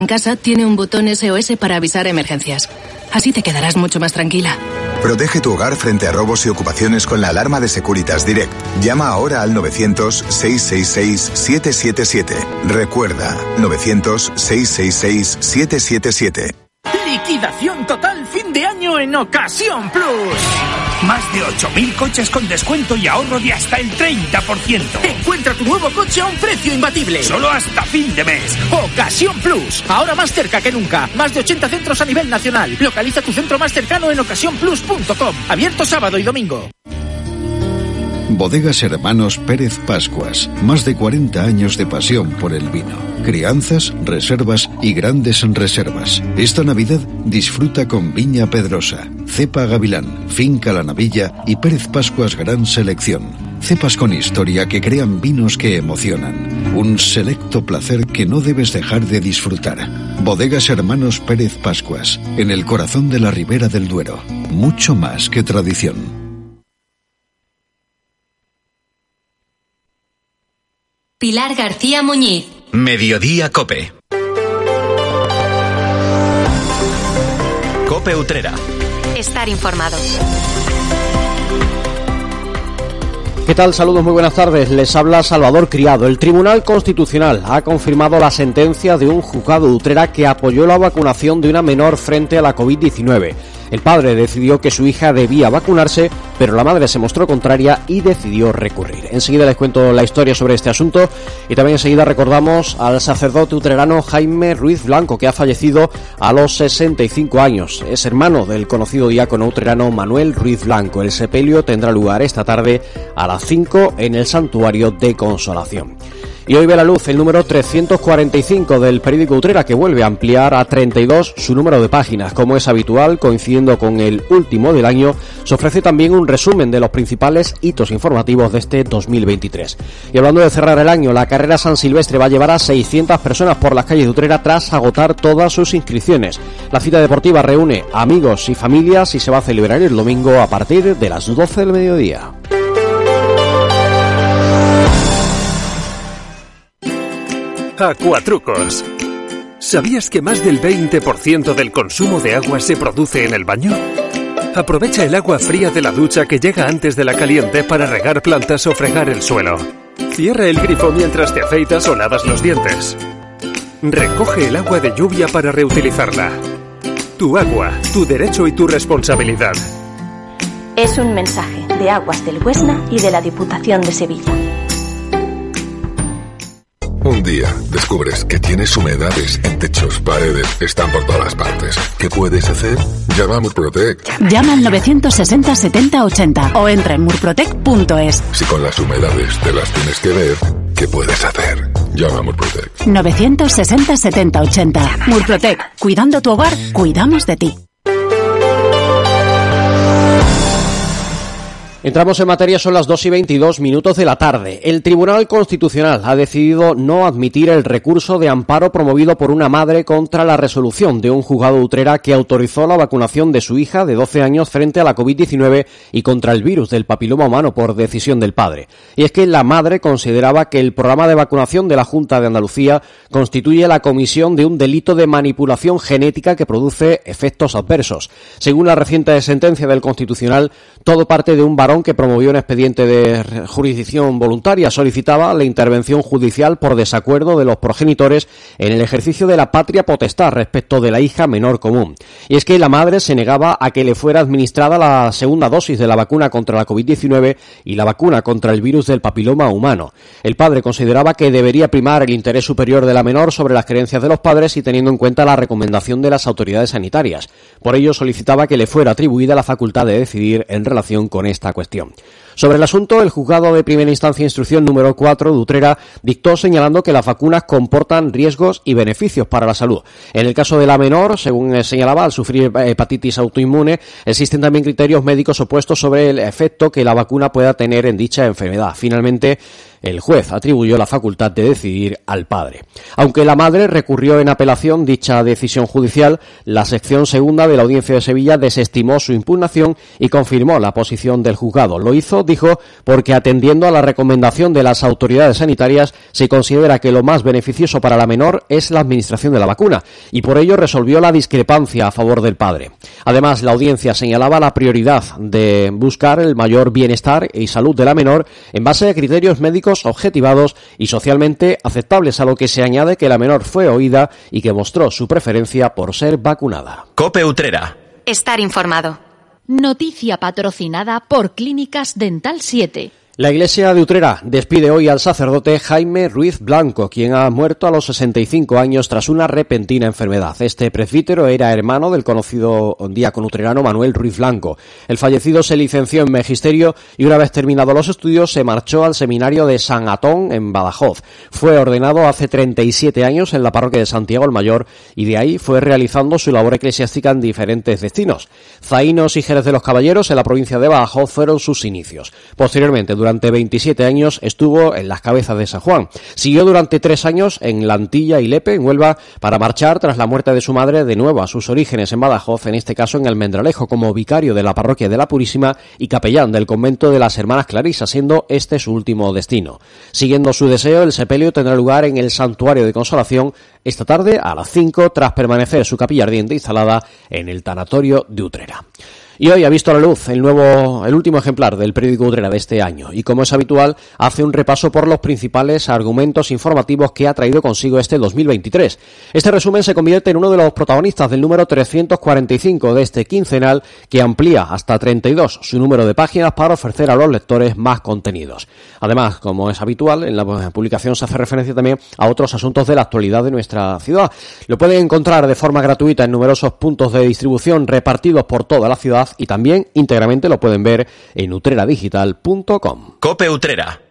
En casa tiene un botón SOS para avisar emergencias. Así te quedarás mucho más tranquila. Protege tu hogar frente a robos y ocupaciones con la alarma de Securitas Direct. Llama ahora al 900-666-777. Recuerda, 900-666-777. Liquidación total fin de año en Ocasión Plus. Más de 8.000 coches con descuento y ahorro de hasta el 30%. Encuentra tu nuevo coche a un precio imbatible. Solo hasta fin de mes. Ocasión Plus. Ahora más cerca que nunca. Más de 80 centros a nivel nacional. Localiza tu centro más cercano en ocasiónplus.com. Abierto sábado y domingo. Bodegas Hermanos Pérez Pascuas. Más de 40 años de pasión por el vino. Crianzas, reservas y grandes reservas. Esta Navidad disfruta con Viña Pedrosa, Cepa Gavilán, Finca La Navilla y Pérez Pascuas Gran Selección. Cepas con historia que crean vinos que emocionan. Un selecto placer que no debes dejar de disfrutar. Bodegas Hermanos Pérez Pascuas, en el corazón de la Ribera del Duero. Mucho más que tradición. Pilar García Muñiz. Mediodía Cope. Cope Utrera. Estar informado. ¿Qué tal? Saludos, muy buenas tardes. Les habla Salvador Criado. El Tribunal Constitucional ha confirmado la sentencia de un juzgado de Utrera que apoyó la vacunación de una menor frente a la COVID-19. El padre decidió que su hija debía vacunarse, pero la madre se mostró contraria y decidió recurrir. Enseguida les cuento la historia sobre este asunto y también enseguida recordamos al sacerdote utrerano Jaime Ruiz Blanco, que ha fallecido a los 65 años. Es hermano del conocido diácono utrerano Manuel Ruiz Blanco. El sepelio tendrá lugar esta tarde a las 5 en el Santuario de Consolación. Y hoy ve la luz el número 345 del periódico Utrera, que vuelve a ampliar a 32 su número de páginas. Como es habitual, coincidiendo con el último del año, se ofrece también un resumen de los principales hitos informativos de este 2023. Y hablando de cerrar el año, la carrera San Silvestre va a llevar a 600 personas por las calles de Utrera tras agotar todas sus inscripciones. La cita deportiva reúne amigos y familias y se va a celebrar el domingo a partir de las 12 del mediodía. Acuatrucos. ¿Sabías que más del 20% del consumo de agua se produce en el baño? Aprovecha el agua fría de la ducha que llega antes de la caliente para regar plantas o fregar el suelo. Cierra el grifo mientras te afeitas o lavas los dientes. Recoge el agua de lluvia para reutilizarla. Tu agua, tu derecho y tu responsabilidad. Es un mensaje de Aguas del Huesna y de la Diputación de Sevilla. Un día descubres que tienes humedades en techos, paredes, están por todas partes. ¿Qué puedes hacer? Llama a Murprotec. Llama al 960 70 80 o entra en murprotec.es. Si con las humedades te las tienes que ver, ¿qué puedes hacer? Llama a Murprotec. 960 70 80. Murprotec. Cuidando tu hogar, cuidamos de ti. Entramos en materia, son las 2:22 de la tarde. El Tribunal Constitucional ha decidido no admitir el recurso de amparo promovido por una madre contra la resolución de un juzgado de Utrera que autorizó la vacunación de su hija de 12 años frente a la COVID-19 y contra el virus del papiloma humano por decisión del padre. Y es que la madre consideraba que el programa de vacunación de la Junta de Andalucía constituye la comisión de un delito de manipulación genética que produce efectos adversos. Según la reciente sentencia del Constitucional, todo parte de un varón que promovió un expediente de jurisdicción voluntaria. Solicitaba la intervención judicial por desacuerdo de los progenitores en el ejercicio de la patria potestad respecto de la hija menor común. Y es que la madre se negaba a que le fuera administrada la segunda dosis de la vacuna contra la COVID-19 y la vacuna contra el virus del papiloma humano. El padre consideraba que debería primar el interés superior de la menor sobre las creencias de los padres y teniendo en cuenta la recomendación de las autoridades sanitarias. Por ello solicitaba que le fuera atribuida la facultad de decidir en relación con esta cuestión. Sobre el asunto, el juzgado de primera instancia instrucción número 4 de Utrera dictó señalando que las vacunas comportan riesgos y beneficios para la salud. En el caso de la menor, según señalaba, al sufrir hepatitis autoinmune, existen también criterios médicos opuestos sobre el efecto que la vacuna pueda tener en dicha enfermedad. Finalmente, el juez atribuyó la facultad de decidir al padre. Aunque la madre recurrió en apelación dicha decisión judicial, la sección segunda de la Audiencia de Sevilla desestimó su impugnación y confirmó la posición del juzgado. Lo hizo, dijo, porque atendiendo a la recomendación de las autoridades sanitarias se considera que lo más beneficioso para la menor es la administración de la vacuna y por ello resolvió la discrepancia a favor del padre. Además, la audiencia señalaba la prioridad de buscar el mayor bienestar y salud de la menor en base a criterios médicos objetivados y socialmente aceptables, a lo que se añade que la menor fue oída y que mostró su preferencia por ser vacunada. COPE Utrera. Estar informado. Noticia patrocinada por Clínicas Dental 7. La Iglesia de Utrera despide hoy al sacerdote Jaime Ruiz Blanco, quien ha muerto a los 65 años tras una repentina enfermedad. Este presbítero era hermano del conocido diácono utrerano Manuel Ruiz Blanco. El fallecido se licenció en Magisterio y una vez terminados los estudios se marchó al seminario de San Atón en Badajoz. Fue ordenado hace 37 años en la parroquia de Santiago el Mayor y de ahí fue realizando su labor eclesiástica en diferentes destinos. Zaínos y Jerez de los Caballeros en la provincia de Badajoz fueron sus inicios. Posteriormente, durante 27 años estuvo en las Cabezas de San Juan. Siguió durante 3 años en Lantilla y Lepe, en Huelva, para marchar tras la muerte de su madre de nuevo a sus orígenes en Badajoz, en este caso en Almendralejo, como vicario de la parroquia de la Purísima y capellán del convento de las Hermanas Clarisas, siendo este su último destino. Siguiendo su deseo, el sepelio tendrá lugar en el Santuario de Consolación esta tarde a las 5, tras permanecer su capilla ardiente instalada en el tanatorio de Utrera. Y hoy ha visto a la luz el último ejemplar del periódico Utrera de este año y, como es habitual, hace un repaso por los principales argumentos informativos que ha traído consigo este 2023. Este resumen se convierte en uno de los protagonistas del número 345 de este quincenal, que amplía hasta 32 su número de páginas para ofrecer a los lectores más contenidos. Además, como es habitual, en la publicación se hace referencia también a otros asuntos de la actualidad de nuestra ciudad. Lo pueden encontrar de forma gratuita en numerosos puntos de distribución repartidos por toda la ciudad y también íntegramente lo pueden ver en utreradigital.com. COPE Utrera.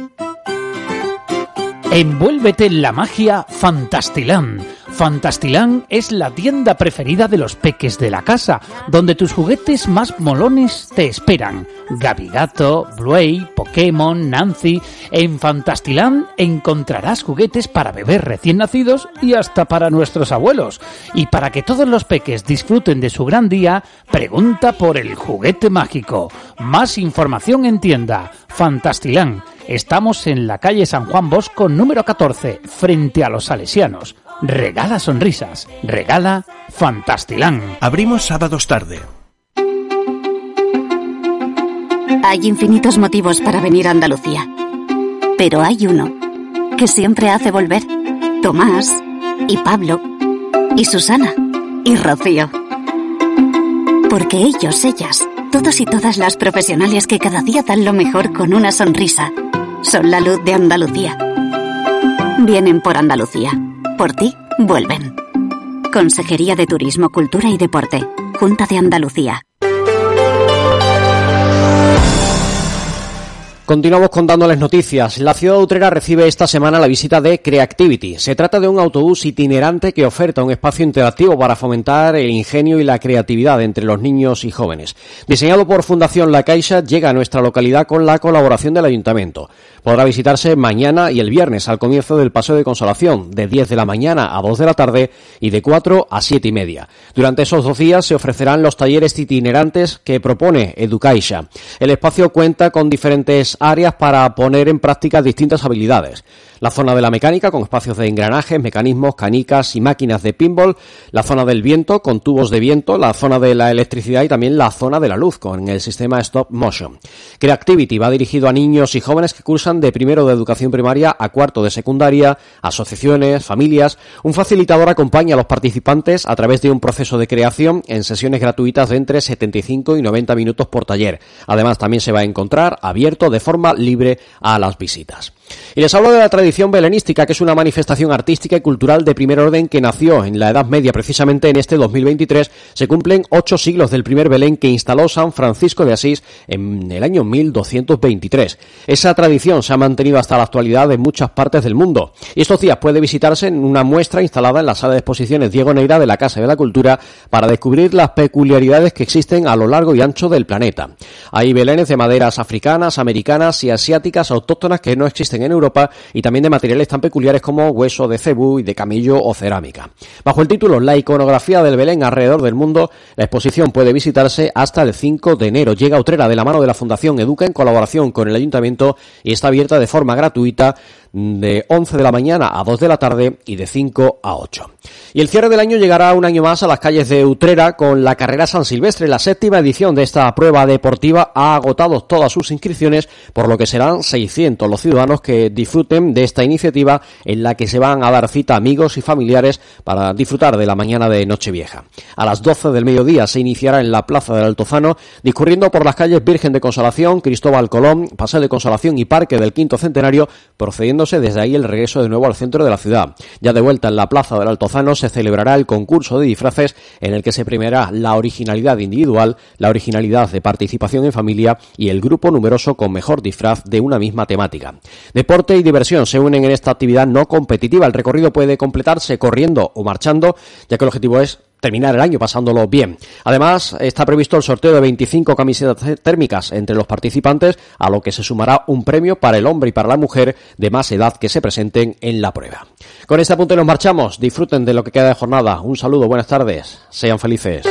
Envuélvete en la magia Fantastiland. Fantastiland es la tienda preferida de los peques de la casa, donde tus juguetes más molones te esperan. Gabigato, Bluey, Pokémon, Nancy. En Fantastiland encontrarás juguetes para bebés recién nacidos y hasta para nuestros abuelos. Y para que todos los peques disfruten de su gran día, pregunta por el juguete mágico. Más información en tienda. Fantastiland. Estamos en la calle San Juan Bosco número 14, frente a los Salesianos. Regala sonrisas, regala Fantastiland. Abrimos sábados tarde. Hay infinitos motivos para venir a Andalucía, pero hay uno que siempre hace volver. Tomás, y Pablo, y Susana, y Rocío. Porque ellos, ellas, todos y todas las profesionales que cada día dan lo mejor con una sonrisa, son la luz de Andalucía. Vienen por Andalucía. Por ti, vuelven. Consejería de Turismo, Cultura y Deporte. Junta de Andalucía. Continuamos contándoles noticias. La ciudad de Utrera recibe esta semana la visita de Creactivity. Se trata de un autobús itinerante que oferta un espacio interactivo para fomentar el ingenio y la creatividad entre los niños y jóvenes. Diseñado por Fundación La Caixa, llega a nuestra localidad con la colaboración del Ayuntamiento. Podrá visitarse mañana y el viernes al comienzo del Paseo de Consolación, de 10 de la mañana a 2 de la tarde y de 4 a 7 y media. Durante esos 2 días se ofrecerán los talleres itinerantes que propone Educaixa. El espacio cuenta con diferentes áreas para poner en práctica distintas habilidades. La zona de la mecánica con espacios de engranajes, mecanismos, canicas y máquinas de pinball, la zona del viento con tubos de viento, la zona de la electricidad y también la zona de la luz con el sistema Stop Motion. Creactivity va dirigido a niños y jóvenes que cursan de primero de educación primaria a cuarto de secundaria, asociaciones, familias. Un facilitador acompaña a los participantes a través de un proceso de creación en sesiones gratuitas de entre 75 y 90 minutos por taller. Además, también se va a encontrar abierto de forma libre a las visitas. Y les hablo de la tradición tradición belenística, que es una manifestación artística y cultural de primer orden que nació en la Edad Media. Precisamente en este 2023 se cumplen 8 siglos del primer Belén que instaló San Francisco de Asís en el año 1223. Esa tradición se ha mantenido hasta la actualidad en muchas partes del mundo. Y estos días puede visitarse en una muestra instalada en la sala de exposiciones Diego Neira de la Casa de la Cultura para descubrir las peculiaridades que existen a lo largo y ancho del planeta. Hay belenes de maderas africanas, americanas y asiáticas autóctonas que no existen en Europa y también de materiales tan peculiares como hueso de cebú y de camello o cerámica. Bajo el título La iconografía del Belén alrededor del mundo, la exposición puede visitarse hasta el 5 de enero. Llega a Utrera de la mano de la Fundación Educa en colaboración con el Ayuntamiento y está abierta de forma gratuita de 11 de la mañana a 2 de la tarde y de 5 a 8. Y el cierre del año llegará un año más a las calles de Utrera con la Carrera San Silvestre. La 7ª edición de esta prueba deportiva ha agotado todas sus inscripciones, por lo que serán 600 los ciudadanos que disfruten de esta iniciativa en la que se van a dar cita amigos y familiares para disfrutar de la mañana de Nochevieja. A las 12 del mediodía se iniciará en la Plaza del Altozano, discurriendo por las calles Virgen de Consolación, Cristóbal Colón, Paseo de Consolación y Parque del Quinto Centenario, procediéndose desde ahí el regreso de nuevo al centro de la ciudad. Ya de vuelta en la Plaza del Altozano se celebrará el concurso de disfraces en el que se premiará la originalidad individual, la originalidad de participación en familia y el grupo numeroso con mejor disfraz de una misma temática. Deporte y diversión se unen en esta actividad no competitiva. El recorrido puede completarse corriendo o marchando, ya que el objetivo es terminar el año pasándolo bien. Además, está previsto el sorteo de 25 camisetas térmicas entre los participantes, a lo que se sumará un premio para el hombre y para la mujer de más edad que se presenten en la prueba. Con este apunte nos marchamos. Disfruten de lo que queda de jornada. Un saludo, buenas tardes. Sean felices.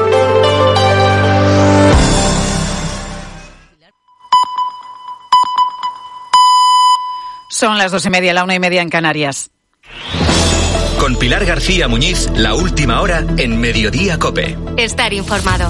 Son las 2:30, la 1:30 en Canarias. Con Pilar García Muñiz, la última hora en Mediodía COPE. Estar informado.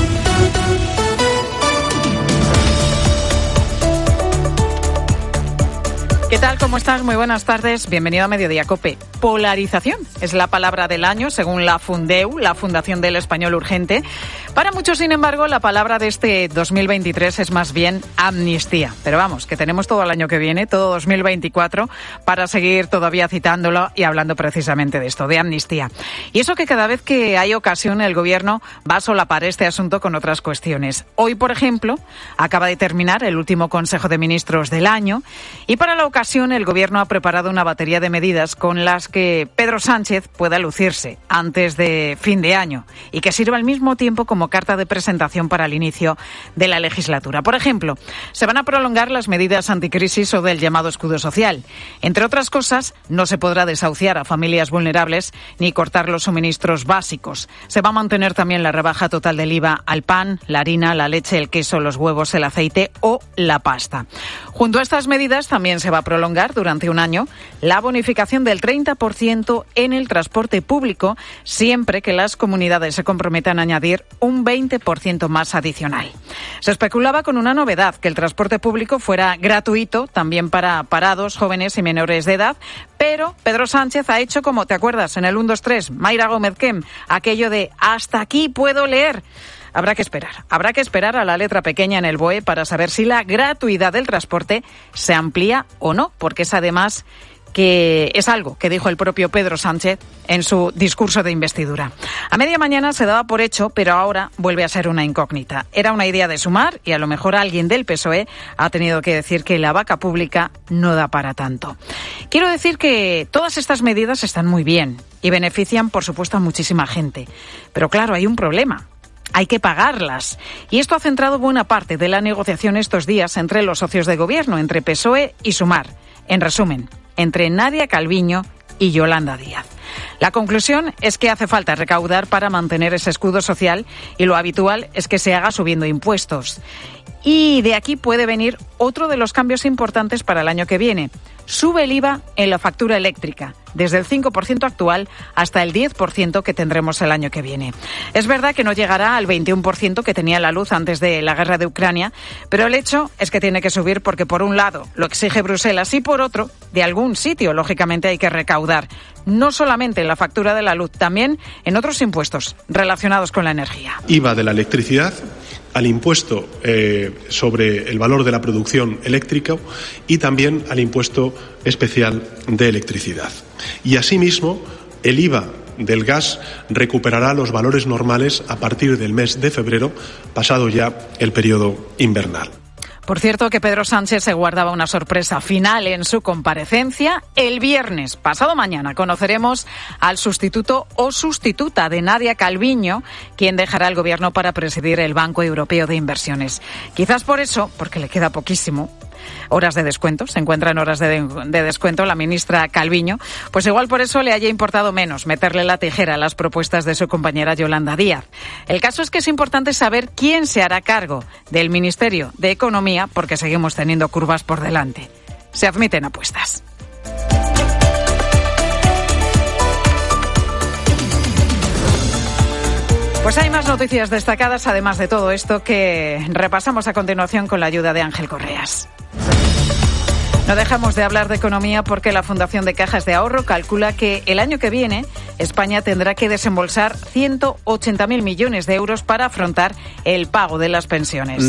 ¿Qué tal? ¿Cómo estás? Muy buenas tardes. Bienvenido a Mediodía COPE. Polarización es la palabra del año, según la Fundeu, la Fundación del Español Urgente. Para muchos, sin embargo, la palabra de este 2023 es más bien amnistía. Pero vamos, que tenemos todo el año que viene, todo 2024, para seguir todavía citándolo y hablando precisamente de esto, de amnistía. Y eso que cada vez que hay ocasión, el Gobierno va a solapar este asunto con otras cuestiones. Hoy, por ejemplo, acaba de terminar el último Consejo de Ministros del año y para la ocasión el Gobierno ha preparado una batería de medidas con las que Pedro Sánchez pueda lucirse antes de fin de año y que sirva al mismo tiempo como carta de presentación para el inicio de la legislatura. Por ejemplo, se van a prolongar las medidas anticrisis o del llamado escudo social. Entre otras cosas, no se podrá desahuciar a familias vulnerables ni cortar los suministros básicos. Se va a mantener también la rebaja total del IVA al pan, la harina, la leche, el queso, los huevos, el aceite o la pasta. Junto a estas medidas también se va a prolongar durante un año la bonificación del 30% en el transporte público, siempre que las comunidades se comprometan a añadir un 20% más adicional. Se especulaba con una novedad, que el transporte público fuera gratuito también para parados, jóvenes y menores de edad, pero Pedro Sánchez ha hecho como, ¿te acuerdas? En el 1, 2, 3, Mayra Gómez Kem, aquello de hasta aquí puedo leer. Habrá que esperar a la letra pequeña en el BOE para saber si la gratuidad del transporte se amplía o no, porque es además que es algo que dijo el propio Pedro Sánchez en su discurso de investidura. A media mañana se daba por hecho, pero ahora vuelve a ser una incógnita. Era una idea de Sumar y a lo mejor alguien del PSOE ha tenido que decir que la vaca pública no da para tanto. Quiero decir que todas estas medidas están muy bien y benefician, por supuesto, a muchísima gente. Pero claro, hay un problema. Hay que pagarlas. Y esto ha centrado buena parte de la negociación estos días entre los socios de gobierno, entre PSOE y Sumar. En resumen, entre Nadia Calviño y Yolanda Díaz. La conclusión es que hace falta recaudar para mantener ese escudo social y lo habitual es que se haga subiendo impuestos. Y de aquí puede venir otro de los cambios importantes para el año que viene. Sube el IVA en la factura eléctrica, desde el 5% actual hasta el 10% que tendremos el año que viene. Es verdad que no llegará al 21% que tenía la luz antes de la guerra de Ucrania, pero el hecho es que tiene que subir porque, por un lado, lo exige Bruselas y, por otro, de algún sitio, lógicamente, hay que recaudar. No solamente en la factura de la luz, también en otros impuestos relacionados con la energía. IVA de la electricidad al impuesto sobre el valor de la producción eléctrica y también al impuesto especial de electricidad. Y asimismo, el IVA del gas recuperará los valores normales a partir del mes de febrero, pasado ya el periodo invernal. Por cierto, que Pedro Sánchez se guardaba una sorpresa final en su comparecencia. El viernes, pasado mañana, conoceremos al sustituto o sustituta de Nadia Calviño, quien dejará el gobierno para presidir el Banco Europeo de Inversiones. Quizás por eso, porque le queda poquísimo, horas de descuento, se encuentra en horas de descuento la ministra Calviño, pues igual por eso le haya importado menos meterle la tijera a las propuestas de su compañera Yolanda Díaz. El caso es que es importante saber quién se hará cargo del Ministerio de Economía, porque seguimos teniendo curvas por delante. Se admiten apuestas. Pues hay más noticias destacadas, además de todo esto, que repasamos a continuación con la ayuda de Ángel Correas. No dejamos de hablar de economía porque la Fundación de Cajas de Ahorro calcula que el año que viene España tendrá que desembolsar 180.000 millones de euros para afrontar el pago de las pensiones.